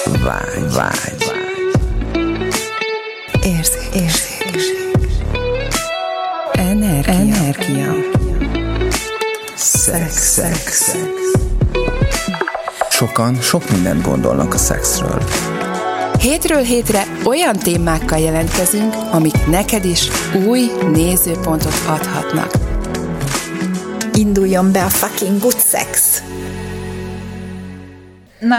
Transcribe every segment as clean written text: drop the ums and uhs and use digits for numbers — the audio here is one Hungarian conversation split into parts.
Vágy. Érzékenység. Energia. Szex. Sokan sok mindent gondolnak a szexről. Hétről hétre olyan témákkal jelentkezünk, amik neked is új nézőpontot adhatnak. Induljon be a fucking good sex! Na,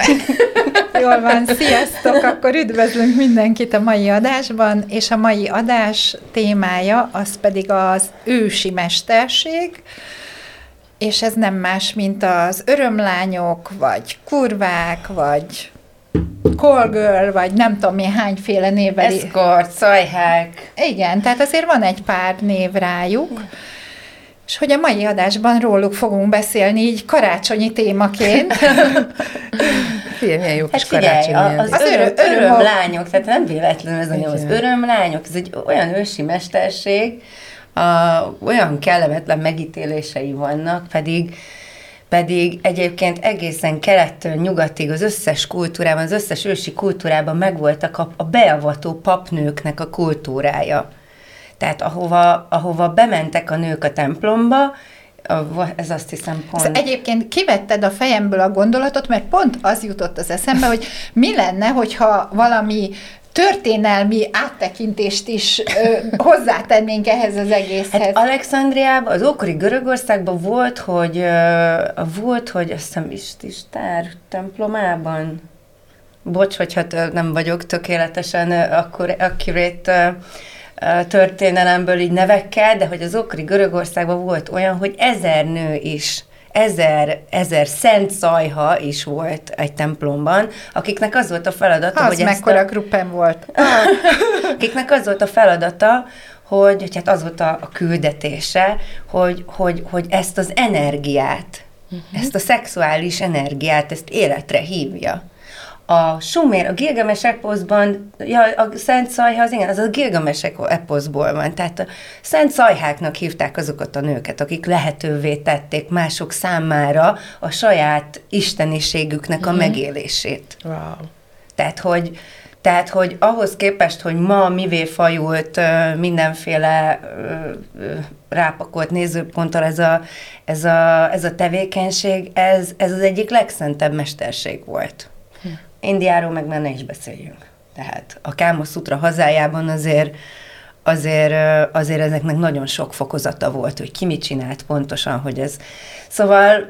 jól van, sziasztok! Akkor üdvözlünk mindenkit a mai adásban, és a mai adás témája az pedig az ősi mesterség, és ez nem más, mint az örömlányok, vagy kurvák, vagy call girl, vagy nem tudom mi hányféle névvel. Escort, szajhák. Igen, tehát azért van egy pár név rájuk, és hogy a mai adásban róluk fogunk beszélni így karácsonyi témaként. Milyen jó kis karácsonyi. Az örömlányok, tehát nem véletlenül ez a név, az örömlányok, ez egy olyan ősi mesterség, olyan kellemetlen megítélései vannak, pedig egyébként egészen kelettől nyugatig az összes kultúrában, az összes ősi kultúrában megvoltak a beavató papnőknek a kultúrája. Tehát ahova bementek a nők a templomba, ez azt hiszem pont... Ez egyébként kivetted a fejemből a gondolatot, mert pont az jutott az eszembe, hogy mi lenne, hogyha valami történelmi áttekintést is hozzátennénk ehhez az egészhez. Hát Alexandriában, az ókori Görögországban volt, hogy azt hiszem Istár templomában, bocs, hogyha nem vagyok tökéletesen accurate történelemből így nevekkel, de hogy az ókori Görögországban volt olyan, hogy 1000 nő is, 1000 szent szajha is volt egy templomban, akiknek az volt a feladata, hogy mekkora gruppen volt. Akiknek az volt a feladata, hogy hát az volt a küldetése, hogy ezt az energiát, ezt a szexuális energiát, ezt életre hívja. A Gilgamesh eposzban, a Szent Szajha, az a Gilgamesh eposzból van, tehát a Szent Szajháknak hívták azokat a nőket, akik lehetővé tették mások számára a saját isteniségüknek a megélését. Wow. Tehát, hogy ahhoz képest, hogy ma mivé fajult mindenféle rápakolt nézőponttal ez a tevékenység, ez az egyik legszentebb mesterség volt. Indiáról meg már ne is beszéljünk. Tehát a Káma Szutra hazájában azért ezeknek nagyon sok fokozata volt, hogy ki mit csinált pontosan, hogy ez... Szóval,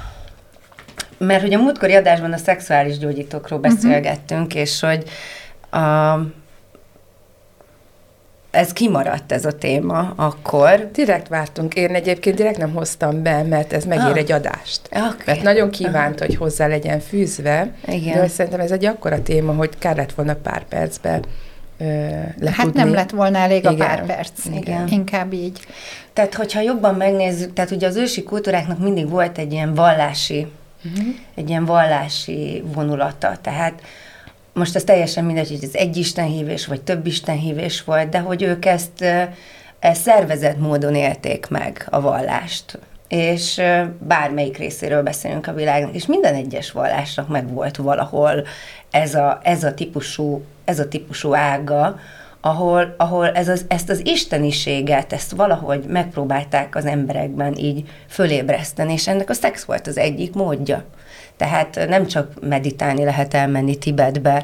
mert hogy a múltkori adásban a szexuális gyógyítókról beszélgettünk, és hogy ez kimaradt ez a téma akkor. Direkt vártunk. Én egyébként direkt nem hoztam be, mert ez megír egy adást. Okay. Mert nagyon kívánt, hogy hozzá legyen fűzve. Igen. De hogy szerintem ez egy akkora téma, hogy kár lett volna pár percbe letudni. Hát nem lett volna elég a pár perc. Igen. Inkább így. Tehát, hogyha jobban megnézzük, tehát ugye az ősi kultúráknak mindig volt egy ilyen vallási vonulata. Tehát most ez teljesen mindegy, hogy ez egy istenhívés, vagy több istenhívés volt, de hogy ők ezt szervezett módon élték meg a vallást. És bármelyik részéről beszélünk a világnak, és minden egyes vallásnak meg volt valahol ez a típusú ága, ahol ezt az isteniséget, ezt valahogy megpróbálták az emberekben így fölébreszteni, és ennek a szex volt az egyik módja. Tehát nem csak meditálni lehet elmenni Tibetbe,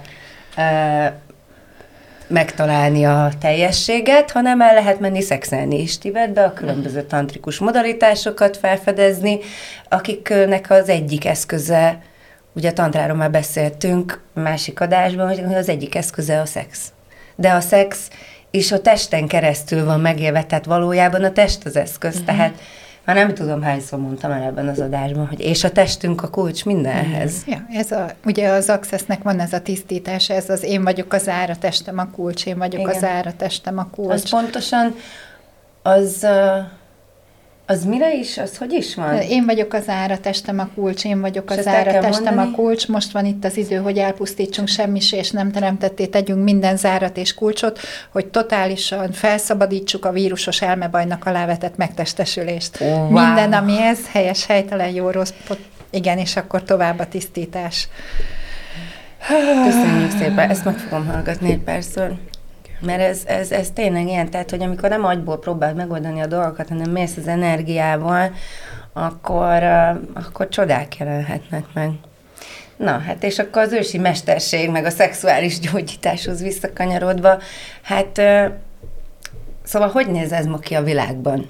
megtalálni a teljességet, hanem el lehet menni szexelni is Tibetbe, a különböző tantrikus modalitásokat felfedezni, akiknek az egyik eszköze, ugye a tantráról már beszéltünk másik adásban, hogy az egyik eszköze a szex. De a szex is a testen keresztül van megélve, tehát valójában a test az eszköz, tehát már nem tudom, hányszor mondtam el ebben az adásban, hogy és a testünk a kulcs mindenhez. Ja, ugye az Accessnek van ez a tisztítás, ez az én vagyok az ára, testem a kulcs, én vagyok az ára, testem a kulcs. Az pontosan, az mire is, az hogy is van? Én vagyok az ára, testem a kulcs, én vagyok az ára, testem a kulcs, most van itt az idő, hogy elpusztítsunk semmis és nem teremtetté, tegyünk minden zárat és kulcsot, hogy totálisan felszabadítsuk a vírusos elmebajnak alávetett megtestesülést. Wow. Minden, ami ez, helyes, helytelen, jó, rossz, igen, és akkor tovább a tisztítás. Köszönjük szépen, ezt meg fogom hallgatni egy párszor. Mert ez tényleg ilyen, tehát, hogy amikor nem agyból próbáld megoldani a dolgokat, hanem mész az energiával, akkor csodák jelenhetnek meg. Na, hát és akkor az ősi mesterség, meg a szexuális gyógyításhoz visszakanyarodva, hát szóval hogy néz ez ma ki a világban?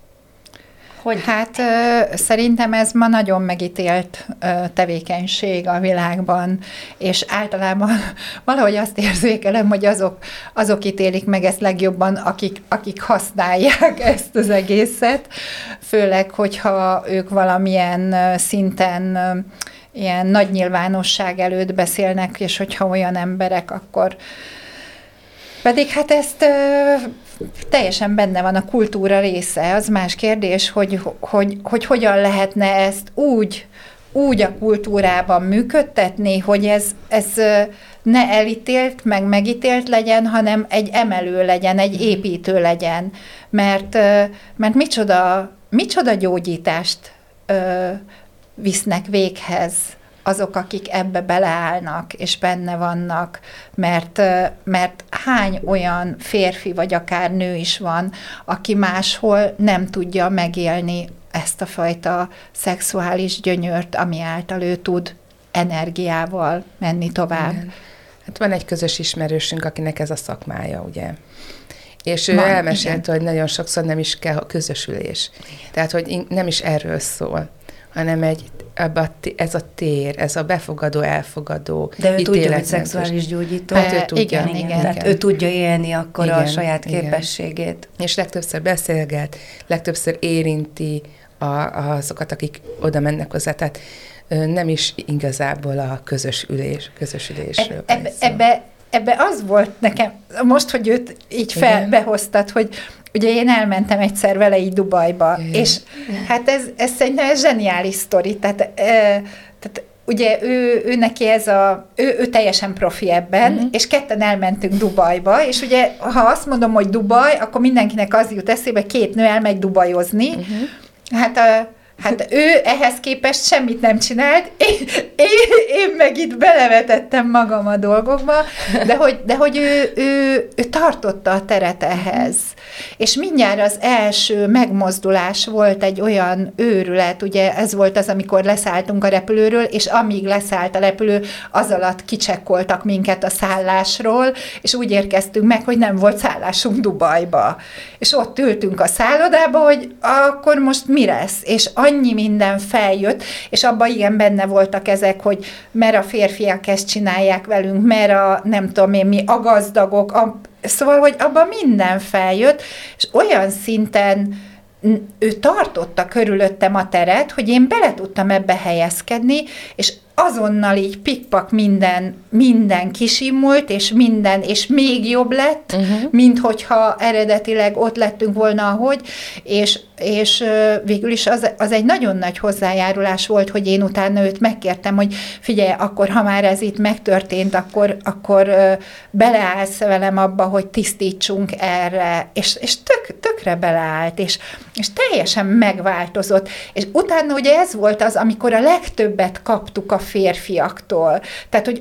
Hát szerintem ez ma nagyon megítélt tevékenység a világban, és általában valahogy azt érzékelem, hogy azok ítélik meg ezt legjobban, akik használják ezt az egészet, főleg, hogyha ők valamilyen szinten ilyen nagy nyilvánosság előtt beszélnek, és hogyha olyan emberek, akkor pedig hát ezt teljesen benne van a kultúra része. Az más kérdés, hogy hogyan lehetne ezt úgy a kultúrában működtetni, hogy ez ne elítélt, meg megítélt legyen, hanem egy emelő legyen, egy építő legyen. Mert micsoda gyógyítást visznek véghez azok, akik ebbe beleállnak, és benne vannak, mert hány olyan férfi, vagy akár nő is van, aki máshol nem tudja megélni ezt a fajta szexuális gyönyört, ami által ő tud energiával menni tovább. Igen. Hát van egy közös ismerősünk, akinek ez a szakmája, ugye? És ő elmesélte, hogy nagyon sokszor nem is kell a közösülés. Tehát, hogy nem is erről szól, hanem ez a tér, ez a befogadó, elfogadó. De ő tudja, hogy szexuális gyógyító. Hát ő tudja. Igen. Tehát ő tudja élni akkor a saját képességét. És legtöbbször beszélget, legtöbbször érinti azokat, akik oda mennek hozzá. Tehát nem is igazából a közösülésről. Ebbe az volt nekem, most, hogy őt így behoztad, hogy ugye én elmentem egyszer vele így Dubajba, és hát ez szerintem egy zseniális sztori, tehát ugye ő neki ő teljesen profi ebben, és ketten elmentünk Dubajba, és ugye ha azt mondom, hogy Dubaj, akkor mindenkinek az jut eszébe, 2 nő elmegy dubajozni, Hát ő ehhez képest semmit nem csinált, én meg itt belevetettem magam a dolgokba, de hogy ő tartotta a teret ehhez. És mindjárt az első megmozdulás volt egy olyan őrület, ugye ez volt az, amikor leszálltunk a repülőről, és amíg leszállt a repülő, az alatt kicsekkoltak minket a szállásról, és úgy érkeztünk meg, hogy nem volt szállásunk Dubajba. És ott ültünk a szállodába, hogy akkor most mi lesz? És annyi minden feljött, és abban igen benne voltak ezek, hogy mert a férfiak ezt csinálják velünk, mert a nem tudom én mi, a gazdagok, szóval, hogy abban minden feljött, és olyan szinten ő tartotta körülöttem a teret, hogy én bele tudtam ebbe helyezkedni, és azonnal így pikpak minden kisimult, és még jobb lett, mint hogyha eredetileg ott lettünk volna, ahogy, és végül is az egy nagyon nagy hozzájárulás volt, hogy én utána őt megkértem, hogy figyelj, akkor ha már ez itt megtörtént, akkor beleállsz velem abba, hogy tisztítsunk erre, és tökre beleállt, és teljesen megváltozott, és utána ugye ez volt az, amikor a legtöbbet kaptuk a férfiaktól. Tehát, hogy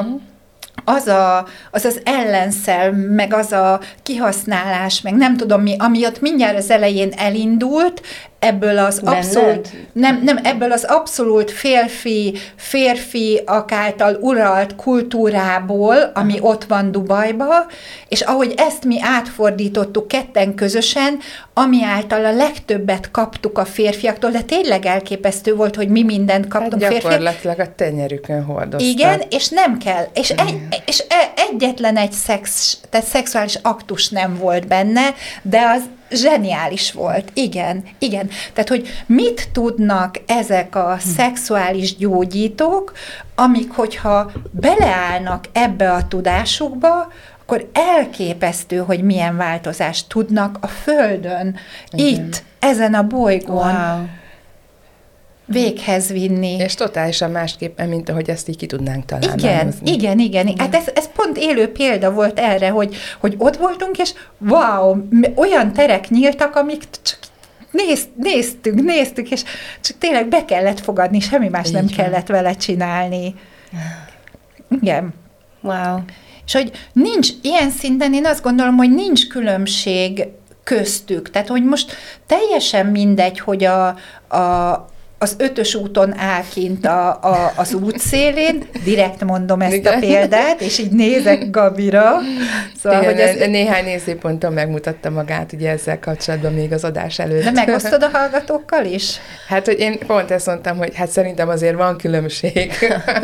az ellenszel, meg az a kihasználás, meg nem tudom mi, ami ott mindjárt az elején elindult, ebből az abszolút, ebből az abszolút férfiak által uralt kultúrából, ami ott van Dubajba, és ahogy ezt mi átfordítottuk ketten közösen, ami által a legtöbbet kaptuk a férfiaktól, de tényleg elképesztő volt, hogy mi mindent kaptunk férfiak. Gyakorlatilag a tenyerükön hordoztak. Igen, és nem kell, és egyetlen egy szexuális aktus nem volt benne, de az zseniális volt. Igen. Tehát, hogy mit tudnak ezek a szexuális gyógyítók, amik, hogyha beleállnak ebbe a tudásukba, akkor elképesztő, hogy milyen változást tudnak a Földön, itt, ezen a bolygón véghez vinni. És totálisan másképpen, mint ahogy ezt így ki tudnánk találni. Igen. Hát ez pont élő példa volt erre, hogy ott voltunk, és wow, olyan terek nyíltak, amik csak néztük, és csak tényleg be kellett fogadni, semmi más nem kellett vele csinálni. Igen. Wow. És hogy nincs ilyen szinten, én azt gondolom, hogy nincs különbség köztük. Tehát, hogy most teljesen mindegy, hogy az 5-ös úton áll kint az útszélén, direkt mondom ezt a példát, és így nézek Gabira. Szóval, igen, hogy néhány nézőponton megmutatta magát ugye ezzel kapcsolatban még az adás előtt. De megosztod a hallgatókkal is? Hát, hogy én pont ezt mondtam, hogy hát szerintem azért van különbség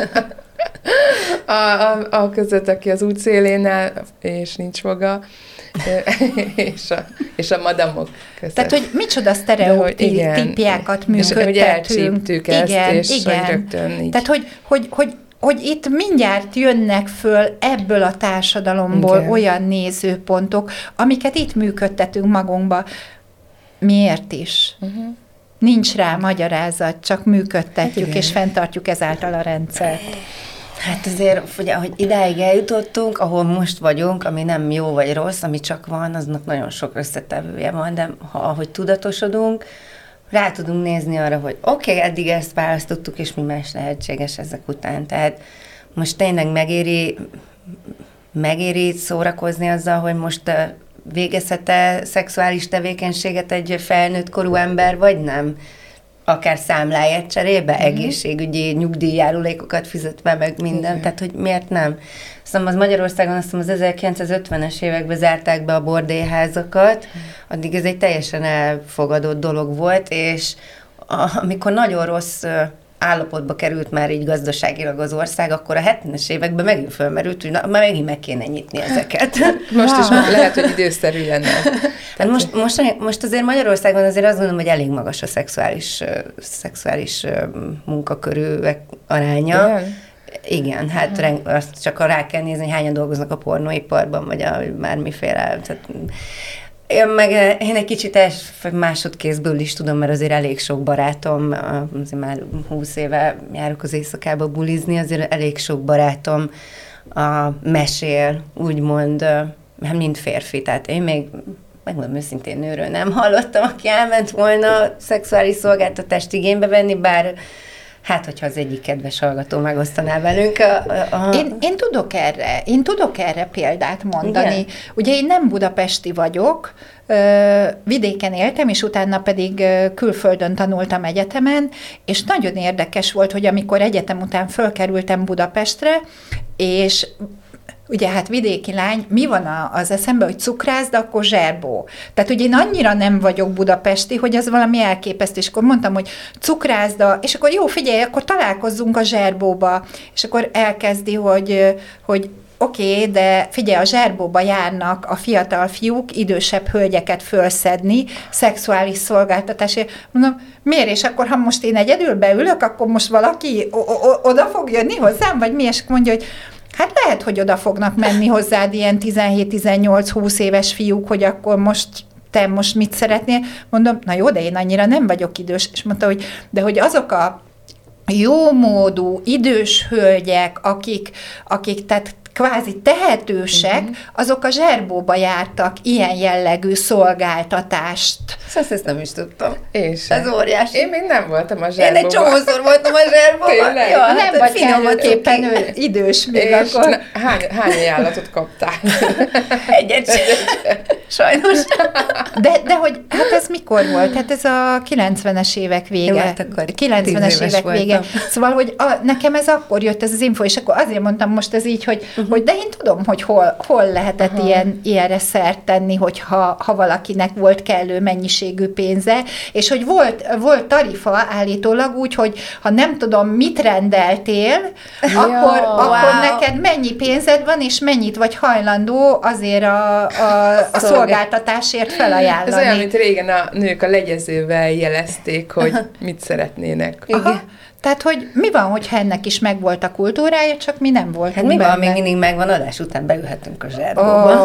a között, aki az útszélén áll, és nincs maga, és a madamok között. Tehát, hogy micsoda sztereotípiákat működtetünk. És hogy elcsíptük ezt, és hogy rögtön így. Tehát, hogy itt mindjárt jönnek föl ebből a társadalomból igen. olyan nézőpontok, amiket itt működtetünk magunkba. Miért is? Nincs rá magyarázat, csak működtetjük, igen. és fenntartjuk ezáltal a rendszert. Hát azért, ugye, hogy idáig eljutottunk, ahol most vagyunk, ami nem jó vagy rossz, ami csak van, aznak nagyon sok összetevője van, de ahogy tudatosodunk, rá tudunk nézni arra, hogy oké, eddig ezt választottuk, és mi más lehetséges ezek után. Tehát most tényleg megéri szórakozni azzal, hogy most végezhet-e szexuális tevékenységet egy felnőtt korú ember, vagy nem? Akár számláját cserébe, egészségügyi nyugdíjjárulékokat fizetve, meg minden, igen. tehát hogy miért nem? Szóval az Magyarországon azt hiszem az 1950-es években zárták be a bordélyházakat, addig ez egy teljesen elfogadott dolog volt, és amikor nagyon rossz állapotba került már így gazdaságilag az ország, akkor a 70-es években megint fölmerült, hogy már megint meg kéne nyitni ezeket. Most is lehet, hogy időszerű lenne. Tehát most azért Magyarországon azért azt gondolom, hogy elég magas a szexuális munkakörűek aránya. Igen, hát azt csak rá kell nézni, hogy hányan dolgoznak a pornóiparban, vagy bármiféle. Én egy kicsit másodkézből is tudom, mert azért elég sok barátom, azért már 20 éve járok az éjszakába bulizni, azért elég sok barátom mesél, úgymond, mind férfi, tehát én még megmondom őszintén, nőről nem hallottam, aki elment volna szexuális szolgáltatást igénybe venni, bár hát, hogyha az egyik kedves hallgató megosztaná velünk. Én tudok erre példát mondani. Igen. Ugye én nem budapesti vagyok, vidéken éltem, és utána pedig külföldön tanultam egyetemen, és nagyon érdekes volt, hogy amikor egyetem után fölkerültem Budapestre, és ugye hát vidéki lány, mi van az eszembe, hogy cukrászda, akkor zserbó. Tehát ugye én annyira nem vagyok budapesti, hogy az valami elképesztő, és akkor mondtam, hogy cukrászda, és akkor jó, figyelj, akkor találkozzunk a zserbóba, és akkor elkezdi, hogy oké, de figyelj, a zserbóba járnak a fiatal fiúk, idősebb hölgyeket fölszedni, szexuális szolgáltatásért. Mondom, miért? És akkor, ha most én egyedül beülök, akkor most valaki oda fog jönni hozzám, vagy mi? És mondja, hogy hát lehet, hogy oda fognak menni hozzád ilyen 17-18-20 éves fiúk, hogy akkor te most mit szeretnél? Mondom, na jó, de én annyira nem vagyok idős. És mondta, hogy de hogy azok a jómódú, idős hölgyek, akik tehát kvázi tehetősek, azok a zserbóba jártak ilyen jellegű szolgáltatást. Ezt nem is tudtam. Ez óriási. Én még nem voltam a zserbóba. Én egy csomószor voltam a zserbóban. Ja, nem vagy kellőképpen idős még és akkor. Hány ajánlatot kaptál? Egyet. Sajnos. De hogy, hát ez mikor volt? Hát ez a 90-es évek vége. Hát akkor 90-es évek vége. Szóval, hogy nekem ez akkor jött ez az info, és akkor azért mondtam most ez így, hogy de én tudom, hogy hol lehetett ilyenre szert tenni, ha valakinek volt kellő mennyiségű pénze, és hogy volt tarifa állítólag úgy, hogy ha nem tudom, mit rendeltél, akkor neked mennyi pénzed van, és mennyit vagy hajlandó azért a szolgáltatásért felajánlani. Ez olyan, mint régen a nők a legyezővel jelezték, hogy mit szeretnének. Tehát, hogy mi van, hogyha ennek is megvolt a kultúrája, csak mi nem voltunk hát mi benne. van, még mindig megvan, adás után beülhetünk a zserbóba.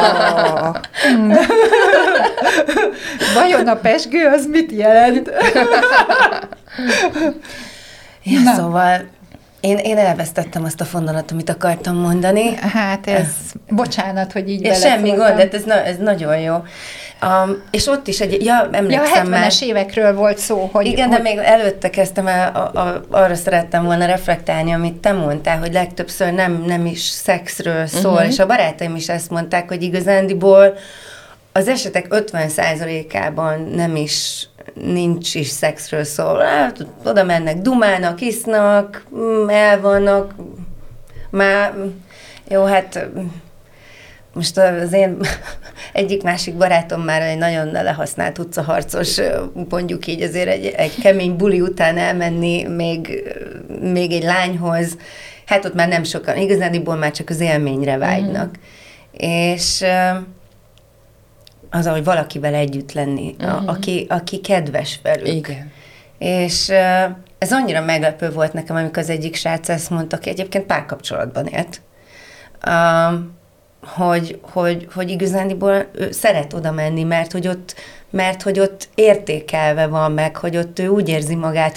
Vajon a pezsgő az mit jelent? Szóval Én elvesztettem azt a fonalat, amit akartam mondani. Hát ez, bocsánat, hogy így semmi gond, de ez nagyon jó. És ott is emlékszem a 70-es évekről volt szó, hogy... Igen, de még előtte kezdtem arra szerettem volna reflektálni, amit te mondtál, hogy legtöbbször nem is szexről szól, és a barátaim is ezt mondták, hogy igazándiból az esetek 50%-ában nincs is szexről szól. Hát, oda mennek, dumálnak, isznak, elvannak, már jó, hát most az én egyik-másik barátom már egy nagyon lehasznált utcaharcos, mondjuk így azért egy kemény buli után elmenni még egy lányhoz, hát ott már nem sokan, igazániból már csak az élményre vágynak. És az, hogy valakivel együtt lenni, aki kedves velük. Igen. És ez annyira meglepő volt nekem, amikor az egyik srác ezt mondta, aki egyébként párkapcsolatban élt, hogy igazándiból ő szeret oda menni, mert hogy ott értékelve van meg, hogy ott ő úgy érzi magát,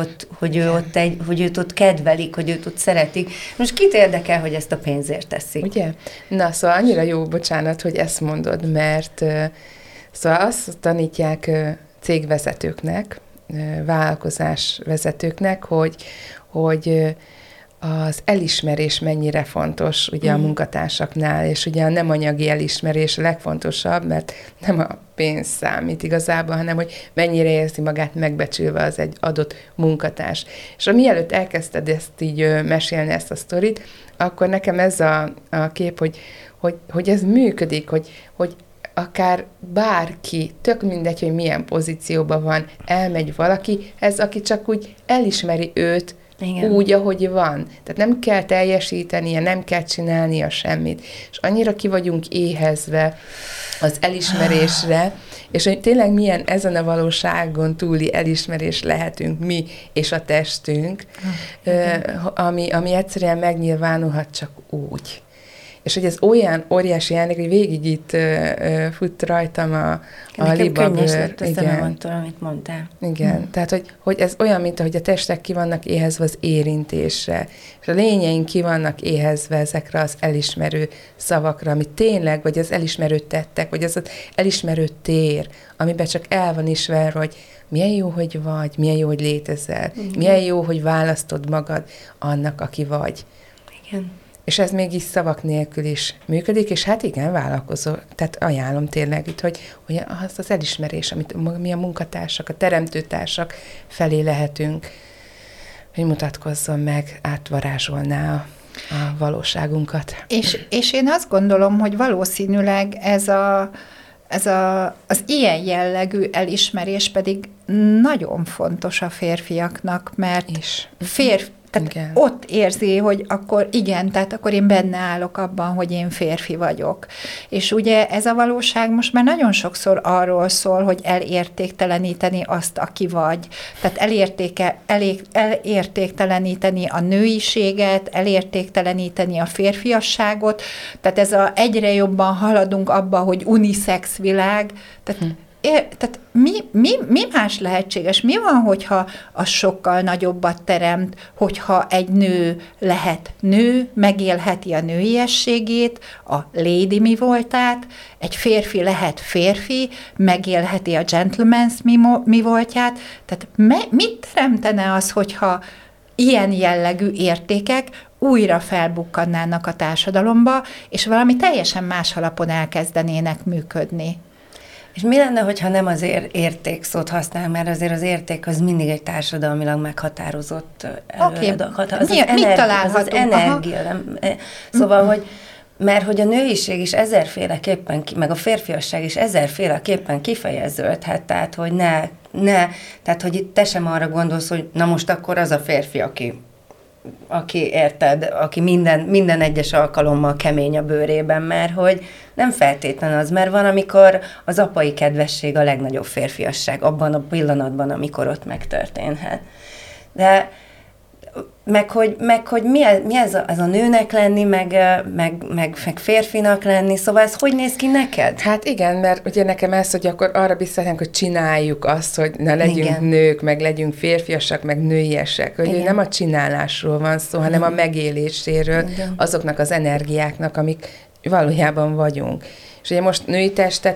hogy őt ott kedvelik, hogy őt ott szeretik. Most kit érdekel, hogy ezt a pénzért teszik? Ugye? Na, szóval annyira jó, bocsánat, hogy ezt mondod, mert szóval azt tanítják cégvezetőknek, vállalkozásvezetőknek, hogy az elismerés mennyire fontos ugye a munkatársaknál, és ugye a nem anyagi elismerés a legfontosabb, mert nem a pénz számít igazából, hanem hogy mennyire érzi magát megbecsülve az egy adott munkatárs. És mielőtt elkezdted ezt így mesélni, ezt a sztorit, akkor nekem ez a kép, hogy ez működik, hogy akár bárki, tök mindegy, hogy milyen pozícióban van, elmegy valaki, aki csak úgy elismeri őt, igen. Úgy, ahogy van. Tehát nem kell teljesítenie, nem kell csinálnia semmit. És annyira ki vagyunk éhezve az elismerésre, és hogy tényleg milyen ezen a valóságon túli elismerés lehetünk mi és a testünk, ami egyszerűen megnyilvánulhat csak úgy. És hogy ez olyan óriási játék, hogy végig itt fut rajtam a libabőr. Könnyes lett a szemem attól, amit mondtál. Igen, tehát hogy ez olyan, mint ahogy a testek ki vannak éhezve az érintésre, és a lényeink ki vannak éhezve ezekre az elismerő szavakra, ami tényleg, vagy az elismerő tettek, vagy az elismerő tér, amiben csak el van ismerve, hogy milyen jó, hogy vagy, milyen jó, hogy létezel, milyen jó, hogy választod magad annak, aki vagy. Igen. És ez még is szavak nélkül is működik, és hát igen, vállalkozó, tehát ajánlom tényleg itt, hogy az elismerés, amit mi a munkatársak, a teremtőtársak felé lehetünk, hogy mutatkozzon meg, átvarázsolná a valóságunkat. És én azt gondolom, hogy valószínűleg az ilyen jellegű elismerés pedig nagyon fontos a férfiaknak, mert tehát ott érzi, hogy akkor igen, tehát akkor én benne állok abban, hogy én férfi vagyok. És ugye ez a valóság most már nagyon sokszor arról szól, hogy elértékteleníteni azt, aki vagy. Tehát elértékteleníteni a nőiséget, elértékteleníteni a férfiasságot. Tehát egyre jobban haladunk abba, hogy unisex világ. Tehát mi más lehetséges? Mi van, hogyha az sokkal nagyobbat teremt, hogyha egy nő lehet nő, megélheti a nőiességét, a lady mi voltát, egy férfi lehet férfi, megélheti a gentleman's mi voltját. Tehát mit teremtene az, hogyha ilyen jellegű értékek újra felbukkannának a társadalomba, és valami teljesen más alapon elkezdenének működni? És mi lenne, hogyha nem az értékszót használ, mert azért az érték az mindig egy társadalmilag meghatározott előadat. Mit találhatunk? Az energia. Szóval, hogy a nőiség is ezerféleképpen, meg a férfiasság is ezerféleképpen kifejeződhet, tehát, hogy tehát, hogy itt te sem arra gondolsz, hogy na most akkor az a férfi, aki érted, aki minden egyes alkalommal kemény a bőrében, mert hogy nem feltétlen az, mert van, amikor az apai kedvesség a legnagyobb férfiasság abban a pillanatban, amikor ott megtörténhet. De meg hogy mi ez a nőnek lenni, meg férfinak lenni, szóval ez hogy néz ki neked? Hát igen, mert ugye nekem ez, hogy akkor arra biztatnánk, hogy csináljuk azt, hogy na legyünk igen. nők, meg legyünk férfiasak, meg nőiesek, hogy nem a csinálásról van szó, hanem a megéléséről, igen. azoknak az energiáknak, amik valójában vagyunk. És ugye most női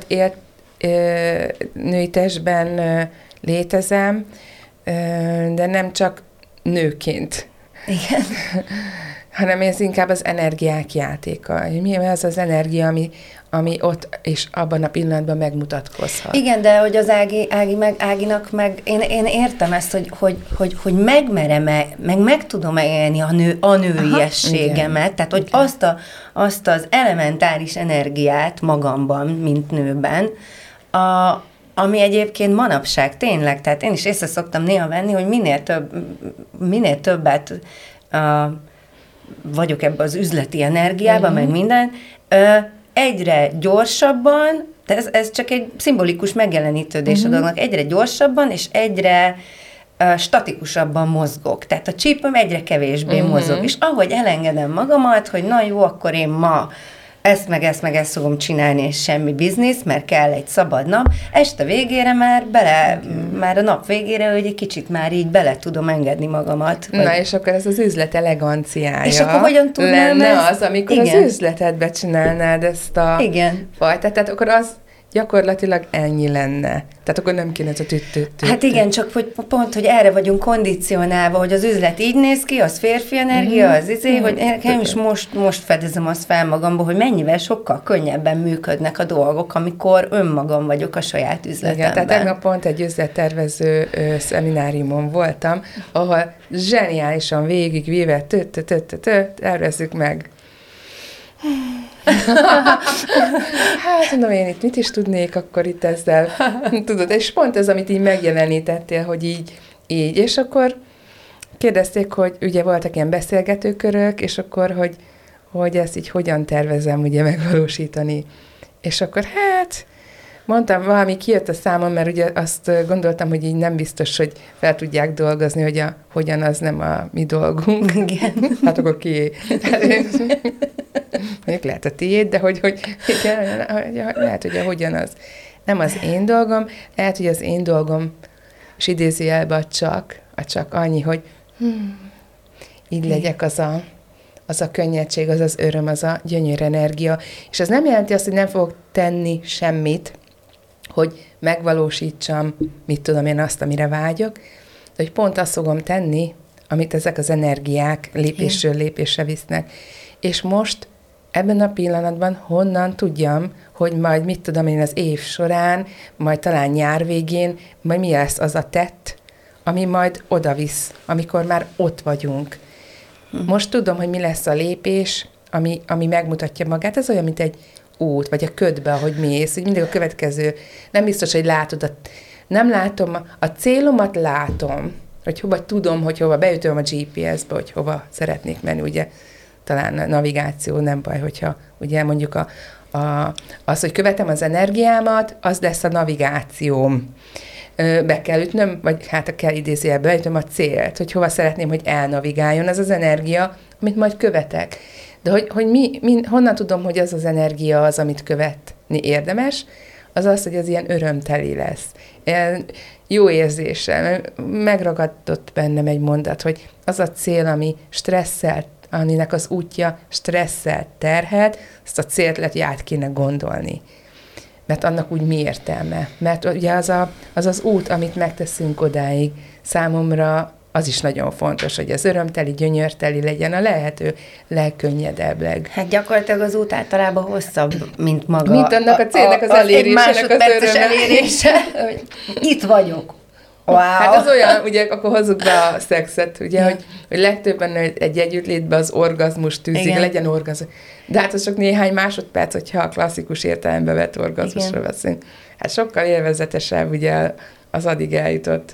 testben létezem, de nem csak nőként. Igen. hanem ez inkább az energiák játéka. Mi az az energia, ami ott és abban a pillanatban megmutatkozhat. Igen, de hogy az Áginak meg én értem ezt, hogy megmerem-e, meg tudom-e élni a nőiességemet, tehát hogy azt az elementáris energiát magamban, mint nőben, ami egyébként manapság tényleg, tehát én is észre szoktam néha venni, hogy minél többet vagyok ebbe az üzleti energiában, meg minden, egyre gyorsabban, de ez csak egy szimbolikus megjelenítődés a dolognak, egyre gyorsabban és egyre statikusabban mozgok. Tehát a csípőm egyre kevésbé mozog. És ahogy elengedem magamat, hogy na jó, akkor én ma ezt fogom csinálni, és semmi biznisz, mert kell egy szabad nap. Este végére már a nap végére, hogy egy kicsit már így bele tudom engedni magamat. Na, és akkor ez az üzlet eleganciája. És akkor hogyan tudnám lenne az, amikor igen. az üzletedbe csinálnád ezt a igen. fajtát. Tehát akkor az gyakorlatilag ennyi lenne. Tehát akkor nem kéne ez a Hát igen, csak pont, hogy erre vagyunk kondicionálva, hogy az üzlet így néz ki, az férfi energia, az hogy nekem is most fedezem azt fel magamba, hogy mennyivel sokkal könnyebben működnek a dolgok, amikor önmagam vagyok a saját üzletemben. Igen, tehát tegnap pont egy üzlettervező szemináriumon voltam, ahol zseniálisan végigvíve tervezzük meg. Hát, mondom, én itt mit is tudnék akkor itt ezzel, tudod, és pont ez, amit így megjelenítettél, hogy így, és akkor kérdezték, hogy ugye voltak ilyen beszélgetőkörök, és akkor, hogy ezt így hogyan tervezem ugye megvalósítani, és akkor hát, mondtam, valami kijött a számom, mert ugye azt gondoltam, hogy így nem biztos, hogy fel tudják dolgozni, hogy hogyan az nem a mi dolgunk. Igen. Hát akkor kié. Mondjuk lehet a tiéd, de hogy lehet, hogy a hogyan az. Nem az én dolgom, lehet, hogy az én dolgom, és idézőjelben csak annyi, hogy így legyek az a könnyedség, az az öröm, az a gyönyörű energia. És ez nem jelenti azt, hogy nem fogok tenni semmit, hogy megvalósítsam, mit tudom én, azt, amire vágyok, de hogy pont azt fogom tenni, amit ezek az energiák lépésről lépésre visznek. És most ebben a pillanatban honnan tudjam, hogy majd mit tudom én az év során, majd talán nyár végén, majd mi lesz az a tett, ami majd odavisz, amikor már ott vagyunk. Most tudom, hogy mi lesz a lépés, ami megmutatja magát. Ez olyan, mint egy út, vagy a ködbe, ahogy mész, hogy mindig a következő, nem biztos, hogy látod, nem látom, a célomat látom, hogy hova tudom, hogy hova beütöm a GPS-be, hogy hova szeretnék menni, ugye talán a navigáció nem baj, hogyha ugye mondjuk az, hogy követem az energiámat, az lesz a navigációm. Be kell ütnöm, vagy hát kell idézőjelbe beütöm a célt, hogy hova szeretném, hogy elnavigáljon az az energia, amit majd követek. De hogy honnan tudom, hogy az az energia az, amit követni érdemes, az az, hogy az ilyen örömteli lesz. Ilyen jó érzéssel. Megragadott bennem egy mondat, hogy az a cél, ami stresszel, aminek az útja stresszel terhelt, azt a célt lehet, hogy át kéne gondolni. Mert annak úgy mi értelme? Mert ugye az az út, amit megteszünk odáig, számomra az is nagyon fontos, hogy az örömteli, gyönyörteli legyen a lehető legkönnyedebb. Hát gyakorlatilag az út általában hosszabb, mint maga. Mint annak a célnek az elérésének az öröme. Elérése, hogy itt vagyok. Wow. Hát az olyan, ugye akkor hozzuk be a szexet, ugye, hogy legtöbben egy együttlétben az orgazmus tűzik, legyen orgazmus. De hát az csak néhány másodperc, hogyha a klasszikus értelembe vett orgazmusra veszünk. Hát sokkal élvezetesebb ugye az addig eljutott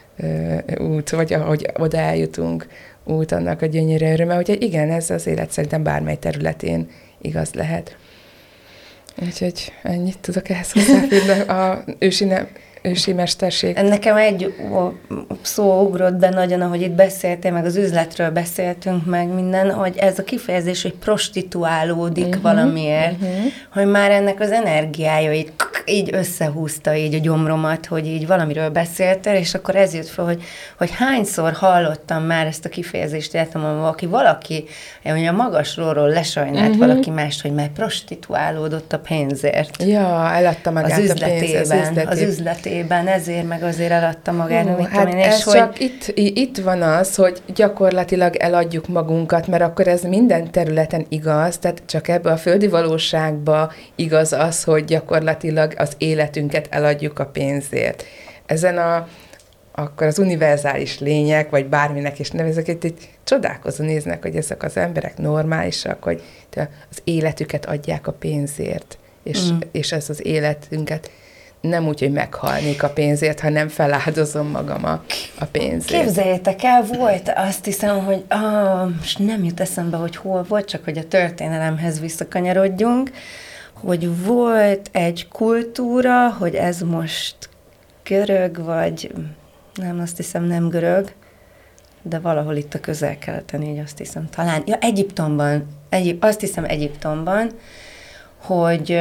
út, vagy ahogy oda eljutunk út, annak a gyönyörű öröme, hogy igen, ez az élet szerintem bármely területén igaz lehet. Úgyhogy ennyit tudok ehhez hozzáférni a ősi mesterség. Nekem egy szó ugrott be nagyon, ahogy itt beszéltél, meg az üzletről beszéltünk meg minden, hogy ez a kifejezés, hogy prostituálódik valamiért, hogy már ennek az energiája így összehúzta így a gyomromat, hogy így valamiről beszéltél, és akkor ez jött fel, hogy hányszor hallottam már ezt a kifejezést, értem, valaki a magasról lesajnált valaki mást, hogy már prostituálódott a pénzért. Ja, eladta magát az üzletében, ezért meg azért eladta magát. Hát ez csak itt van az, hogy gyakorlatilag eladjuk magunkat, mert akkor ez minden területen igaz, tehát csak ebbe a földi valóságba igaz az, hogy gyakorlatilag az életünket eladjuk a pénzért. Ezen akkor az univerzális lények, vagy bárminek is nevezek, itt csodálkozó néznek, hogy ezek az emberek normálisak, hogy az életüket adják a pénzért, és ez az életünket nem úgy, hogy meghalnék a pénzért, hanem feláldozom magam a pénzért. Képzeljétek el, volt, azt hiszem, hogy most nem jut eszembe, hogy hol volt, csak hogy a történelemhez visszakanyarodjunk, hogy volt egy kultúra, hogy ez most görög, vagy nem, azt hiszem nem görög, de valahol itt a közel-keleten, így azt hiszem talán, Egyiptomban, azt hiszem Egyiptomban, hogy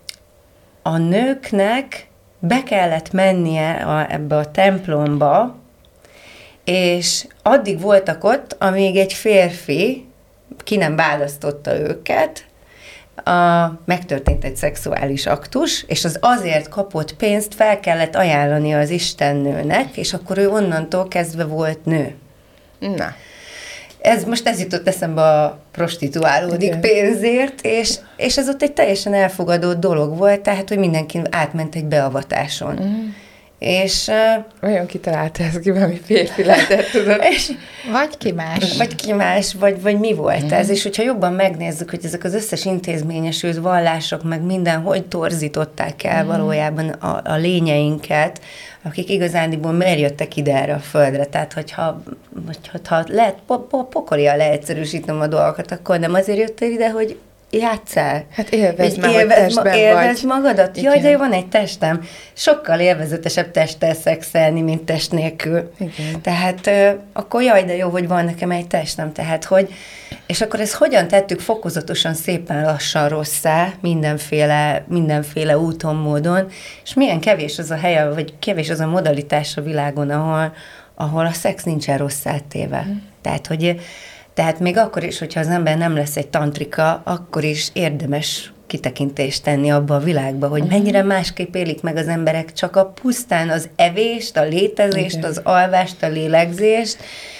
a nőknek be kellett mennie ebbe a templomba, és addig voltak ott, amíg egy férfi ki nem választotta őket, megtörtént egy szexuális aktus, és az azért kapott pénzt fel kellett ajánlani az istennőnek, és akkor ő onnantól kezdve volt nő. Na. Ez jutott eszembe a prostituálódik pénzért, és ez ott egy teljesen elfogadott dolog volt, tehát, hogy mindenki átment egy beavatáson. És... Vajon kitalálta ezt ki, valami férfi lehetett, tudod? Vagy ki más. Vagy ki más, vagy mi volt ez, és hogyha jobban megnézzük, hogy ezek az összes intézményesült vallások, meg minden, hogy torzították el valójában a lényeinket, akik igazándiból miért jöttek ide erre a földre. Tehát, hogyha lehet, pokolian leegyszerűsítem a dolgokat, akkor nem azért jöttél ide, hogy játsszál. Hát élvezd már, hogy testben élvezd vagy. magadat. Igen. Jaj, de van egy testem. Sokkal élvezetesebb testtel szexelni, mint test nélkül. Igen. Tehát akkor jaj, de jó, hogy van nekem egy testem. Tehát, hogy... És akkor ezt hogyan tettük fokozatosan, szépen lassan rosszá, mindenféle úton, módon, és milyen kevés az a hely, vagy kevés az a modalitás a világon, ahol a szex nincsen rosszá téve. Tehát még akkor is, hogyha az ember nem lesz egy tantrika, akkor is érdemes kitekintést tenni abba a világba, hogy mennyire másképp élik meg az emberek csak a pusztán az evést, a létezést, igen, az alvást, a lélegzést,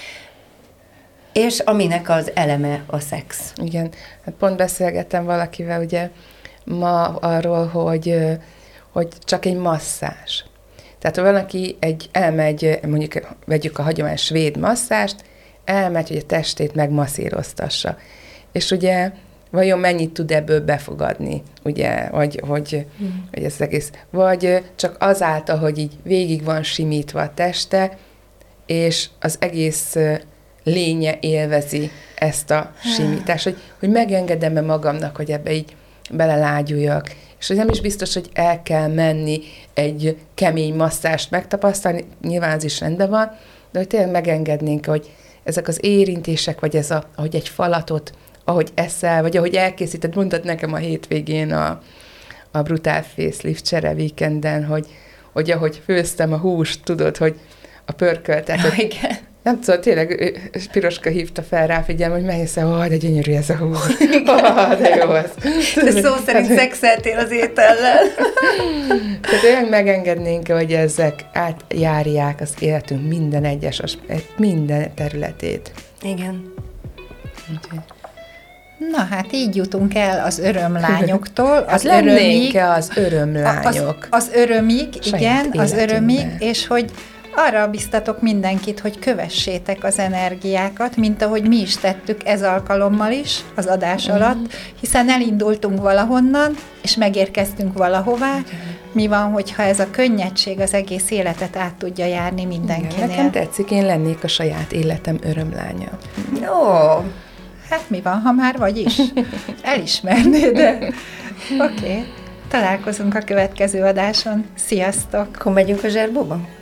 és aminek az eleme a szex. Igen, hát pont beszélgettem valakivel ugye ma arról, hogy csak egy masszázs. Tehát ha valaki elmegy, mondjuk vegyük a hagyományos svéd masszást, elmegy, hogy a testét megmasszíroztassa. És ugye vajon mennyit tud ebből befogadni, ugye, hogy ez egész. Vagy csak azáltal, hogy így végig van simítva a teste, és az egész lénye élvezi ezt a simítást, hogy megengedem-e magamnak, hogy ebbe így belelágyuljak. És hogy nem is biztos, hogy el kell menni egy kemény masszást megtapasztalni, nyilván az is rendben van, de hogy tényleg megengednénk, hogy ezek az érintések, vagy ahogy egy falatot, ahogy eszel, vagy ahogy elkészíted, mondtad nekem a hétvégén a Brutál Facelift csere weekenden, hogy ahogy főztem a húst, tudod, hogy a pörköltet. Igen. Nem tudom, tényleg Piroska hívta fel rá figyelme, hogy meghiszem, de gyönyörű ez a hús. De jó az. De szó szerint szexeltél az étellel. Tehát olyan megengednénk, hogy ezek átjárják az életünk minden területét. Igen. Úgyhogy. Na hát így jutunk el az örömlányoktól. Az lennénk-e az örömlányok? Az örömig, igen, az örömig, és hogy arra biztatok mindenkit, hogy kövessétek az energiákat, mint ahogy mi is tettük ez alkalommal is, az adás alatt, hiszen elindultunk valahonnan, és megérkeztünk valahová. Mi van, hogyha ez a könnyedség az egész életet át tudja járni mindenkinél? Nekem tetszik, én lennék a saját életem örömlánya. Jó. Hát mi van, ha már vagy is? Elismernéd, de oké. Találkozunk a következő adáson. Sziasztok! Akkor megyünk a zserbóba?